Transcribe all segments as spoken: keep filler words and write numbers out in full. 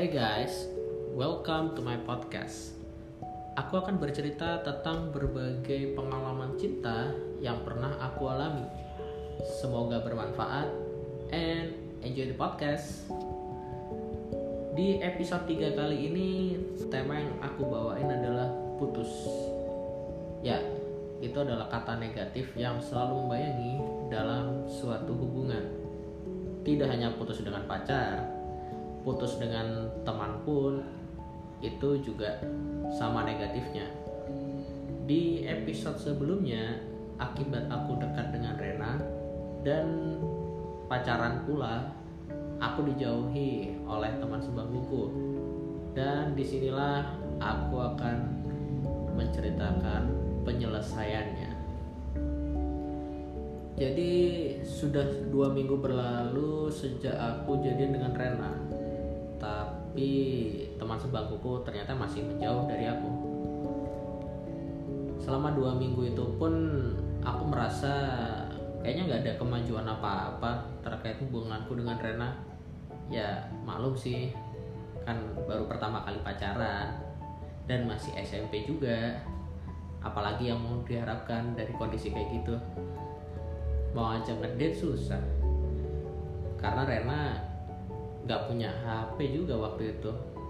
Hey guys, welcome to my podcast. Aku akan bercerita tentang berbagai pengalaman cinta yang pernah aku alami. Semoga bermanfaat and enjoy the podcast. Di episode tiga kali ini, tema yang aku bawain adalah putus. Ya, itu adalah kata negatif yang selalu membayangi dalam suatu hubungan. Tidak hanya putus dengan pacar, putus dengan teman pun itu juga sama negatifnya. Di episode sebelumnya, akibat aku dekat dengan Rena dan pacaran pula, aku dijauhi oleh teman sebangkuku. Dan disinilah aku akan menceritakan penyelesaiannya. Jadi sudah dua minggu berlalu sejak aku jadian dengan Rena. Tapi teman sebangkuku ternyata masih menjauh dari aku. Selama dua minggu itu pun aku merasa kayaknya gak ada kemajuan apa-apa terkait hubunganku dengan Rena. Ya maklum sih, kan baru pertama kali pacaran dan masih S M P juga. Apalagi yang mau diharapkan dari kondisi kayak gitu. Mau ajak ngedate susah karena Rena gak punya H P juga waktu itu.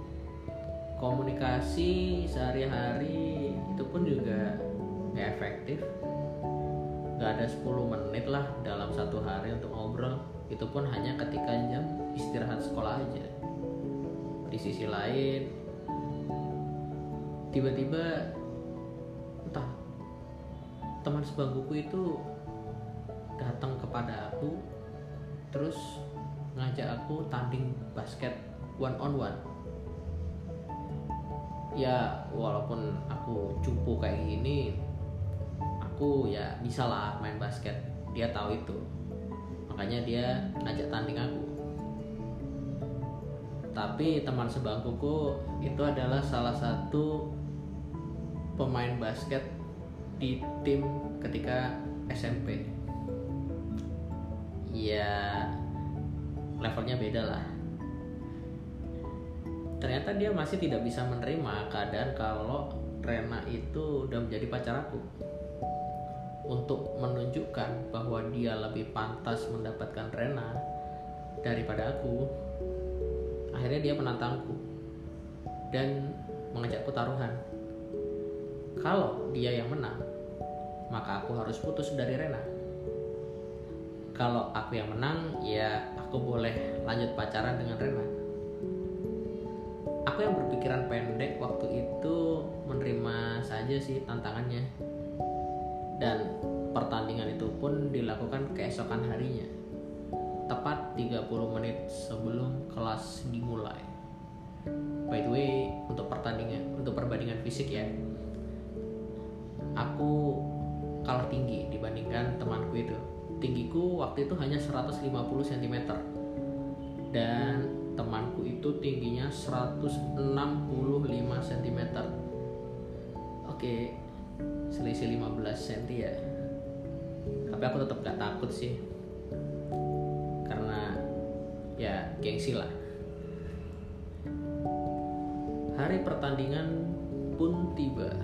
Komunikasi sehari-hari itu pun juga gak efektif. Gak ada sepuluh menit lah dalam satu hari untuk ngobrol. Itu pun hanya ketika jam istirahat sekolah aja. Di sisi lain, tiba-tiba entah teman sebangkuku itu datang kepada aku terus ngajak aku tanding basket one on one. Ya walaupun aku cupu kayak gini, aku ya bisa lah main basket. Dia tahu itu, makanya dia ngajak tanding aku. Tapi teman sebangkuku itu adalah salah satu pemain basket di tim ketika S M P. Ya levelnya beda lah. Ternyata dia masih tidak bisa menerima keadaan kalau Rena itu udah menjadi pacar aku. Untuk menunjukkan bahwa dia lebih pantas mendapatkan Rena daripada aku, akhirnya dia menantangku dan mengajakku taruhan. Kalau dia yang menang, maka aku harus putus dari Rena. Kalau aku yang menang, ya aku boleh lanjut pacaran dengan Rena. Aku yang berpikiran pendek waktu itu menerima saja sih tantangannya. Dan pertandingan itu pun dilakukan keesokan harinya, tepat tiga puluh menit sebelum kelas dimulai. By the way, untuk pertandingan, untuk perbandingan fisik ya, aku kalah tinggi dibandingkan temanku itu. Tinggiku waktu itu hanya seratus lima puluh sentimeter dan temanku itu tingginya seratus enam puluh lima sentimeter. Oke, selisih lima belas sentimeter ya. Tapi aku tetap gak takut sih, karena ya gengsi lah. Hari pertandingan pun tiba.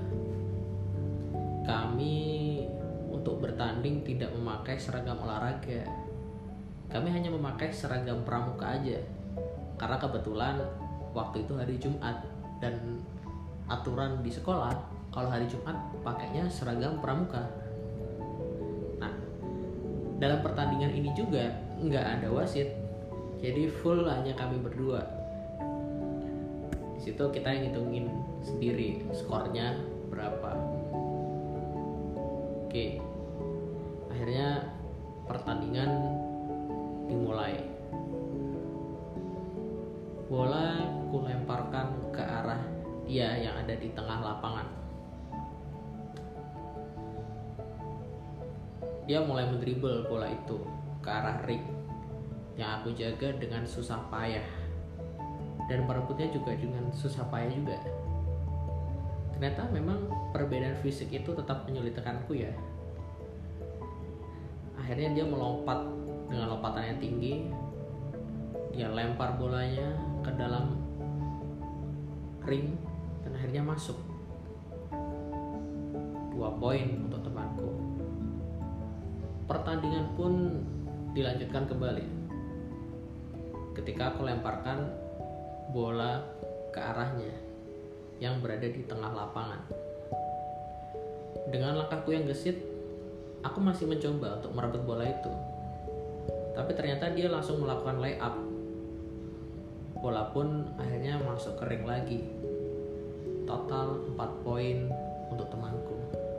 Kami untuk bertanding tidak memakai seragam olahraga. Kami hanya memakai seragam pramuka aja. Karena kebetulan waktu itu hari Jumat dan aturan di sekolah kalau hari Jumat pakainya seragam pramuka. Nah, dalam pertandingan ini juga nggak ada wasit. Jadi full hanya kami berdua. Di situ kita yang ngitungin sendiri skornya berapa. Oke, akhirnya pertandingan dimulai. Bola kulemparkan ke arah dia yang ada di tengah lapangan. Dia mulai mendribble bola itu ke arah ring yang aku jaga dengan susah payah, dan merebutnya juga dengan susah payah juga. Ternyata memang perbedaan fisik itu tetap menyulitkanku ya. Akhirnya dia melompat dengan lompatan yang tinggi. Dia lempar bolanya ke dalam ring dan akhirnya masuk. Dua poin untuk temanku. Pertandingan pun dilanjutkan kembali. Ketika aku lemparkan bola ke arahnya yang berada di tengah lapangan. Dengan langkahku yang gesit, aku masih mencoba untuk merebut bola itu. Tapi ternyata dia langsung melakukan lay up. Bola pun akhirnya masuk ke ring lagi. Total empat poin untuk temanku.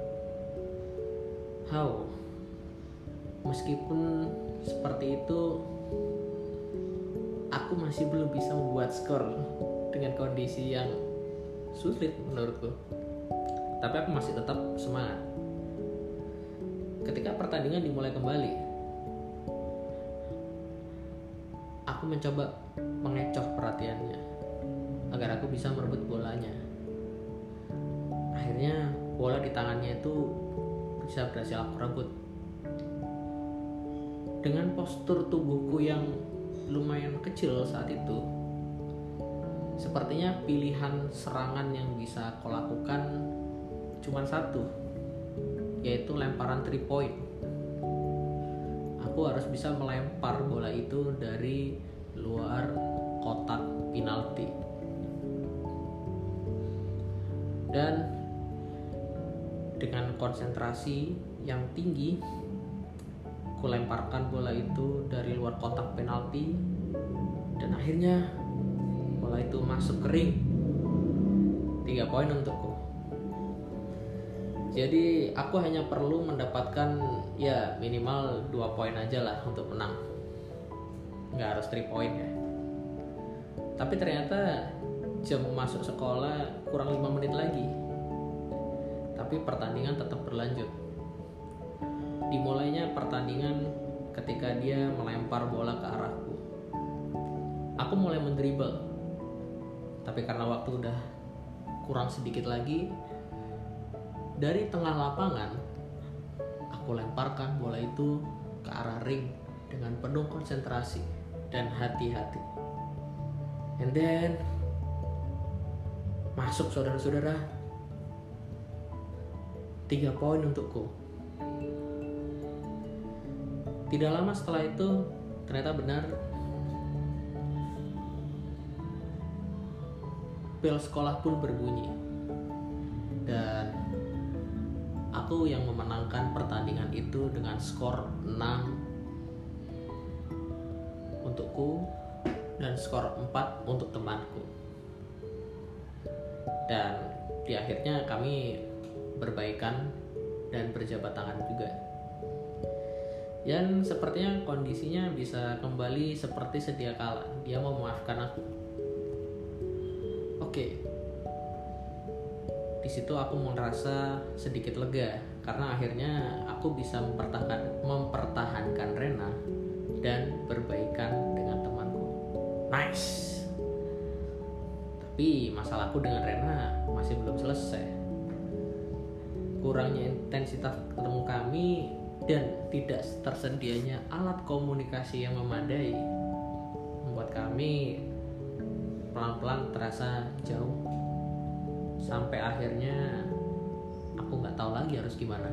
How? Meskipun seperti itu, aku masih belum bisa membuat skor dengan kondisi yang sulit menurutku. Tapi aku masih tetap semangat. Ketika pertandingan dimulai kembali, aku mencoba mengecoh perhatiannya agar aku bisa merebut bolanya. Akhirnya bola di tangannya itu bisa berhasil aku rebut. Dengan postur tubuhku yang lumayan kecil saat itu, sepertinya pilihan serangan yang bisa aku lakukan cuma satu, yaitu lemparan three point. Aku harus bisa melempar bola itu dari luar kotak penalti. Dan dengan konsentrasi yang tinggi, aku lemparkan bola itu dari luar kotak penalti dan akhirnya bola itu masuk ke ring. Tiga poin untukku. Jadi aku hanya perlu mendapatkan ya minimal dua poin aja lah untuk menang. Nggak harus three point ya. Tapi ternyata jam masuk sekolah kurang lima menit lagi. Tapi pertandingan tetap berlanjut. Dimulainya pertandingan ketika dia melempar bola ke arahku. Aku mulai mendribble. Tapi karena waktu udah kurang sedikit lagi, dari tengah lapangan aku lemparkan bola itu ke arah ring dengan penuh konsentrasi dan hati-hati. And then masuk saudara-saudara. Tiga poin untukku. Tidak lama setelah itu ternyata benar, bel sekolah pun berbunyi dan aku yang memenangkan pertandingan itu dengan skor enam untukku dan skor empat untuk temanku. Dan di akhirnya kami berbaikan dan berjabat tangan juga. Dan sepertinya kondisinya bisa kembali seperti sedia kala. Dia mau memaafkan aku. Oke. Di situ aku merasa sedikit lega karena akhirnya aku bisa mempertahankan mempertahankan Rena dan berbaikan dengan temanku. Nice. Tapi masalahku dengan Rena masih belum selesai. Kurangnya intensitas ketemu kami dan tidak tersedianya alat komunikasi yang memadai membuat kami pelan-pelan terasa jauh. Sampai akhirnya aku gak tahu lagi harus gimana.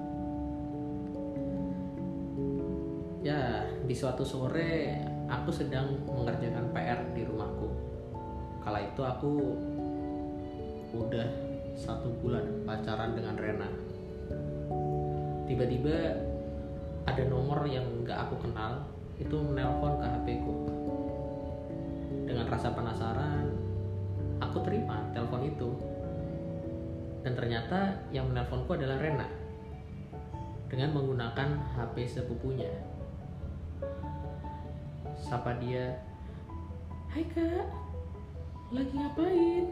Ya, di suatu sore aku sedang mengerjakan P R di rumahku. Kala itu aku udah satu bulan pacaran dengan Rena. Tiba-tiba ada nomor yang gak aku kenal itu menelpon ke H P ku. Dengan rasa penasaran, aku terima telepon itu. Dan ternyata yang menelponku adalah Rena dengan menggunakan H P sepupunya. Sapa dia, "Hai kak, lagi ngapain?"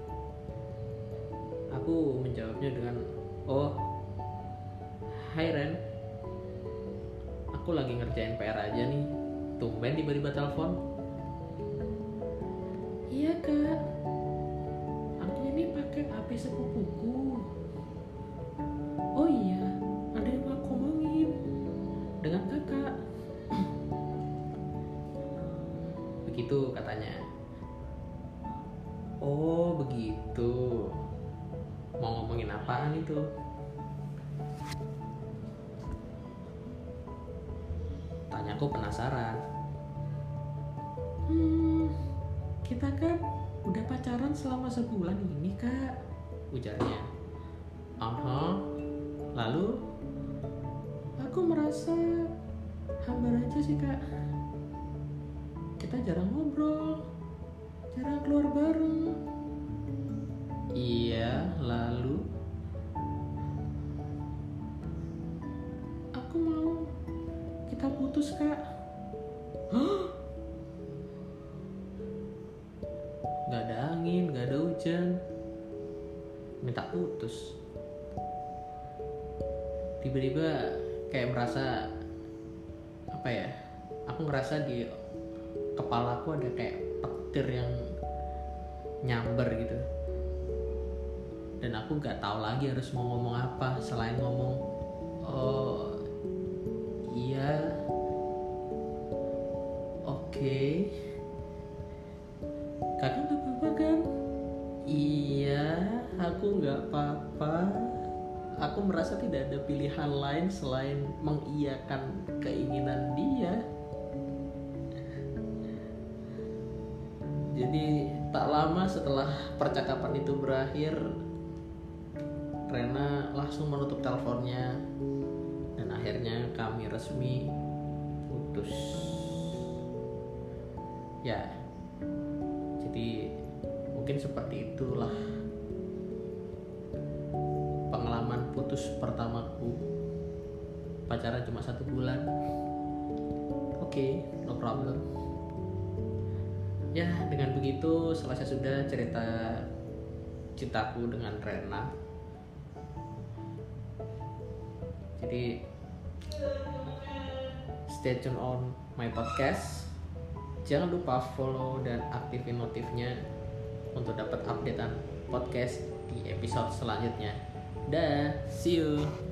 Aku menjawabnya dengan, "Oh, hai Ren, aku lagi ngerjain P R aja nih. Tumben tiba-tiba telepon." "Iya kak, aku ini pakai H P sepupuku." "Oh iya, ada yang mau aku ngomongin dengan kakak." Begitu katanya. Oh begitu. Mau ngomongin apaan itu? Tanyaku penasaran. Hmm, kita kan udah pacaran selama sebulan ini kak, ujarnya. Aha, lalu? Aku merasa hambar aja sih kak. Kita jarang ngobrol, jarang keluar bareng. Iya, lalu? Aku mau kita putus kak. Hah? Gak ada angin, gak ada hujan, minta putus. Tiba-tiba kayak merasa apa ya? Aku ngerasa di kepalaku ada kayak petir yang nyamber gitu. Dan aku nggak tahu lagi harus mau ngomong apa selain ngomong oh iya oke okay. Kakak nggak apa-apa kan? Iya, aku nggak apa-apa. Aku merasa tidak ada pilihan lain selain mengiyakan keinginan dia. Jadi tak lama setelah percakapan itu berakhir, Rena langsung menutup teleponnya dan akhirnya kami resmi putus. Ya, jadi mungkin seperti itulah pengalaman putus pertamaku. Pacaran cuma satu bulan. Oke, okay, no problem. Ya, dengan begitu selesai sudah cerita cintaku dengan Rena. Jadi stay tune on my podcast. Jangan lupa follow dan aktifin notifnya untuk dapat updatean podcast di episode selanjutnya. Dah, see you.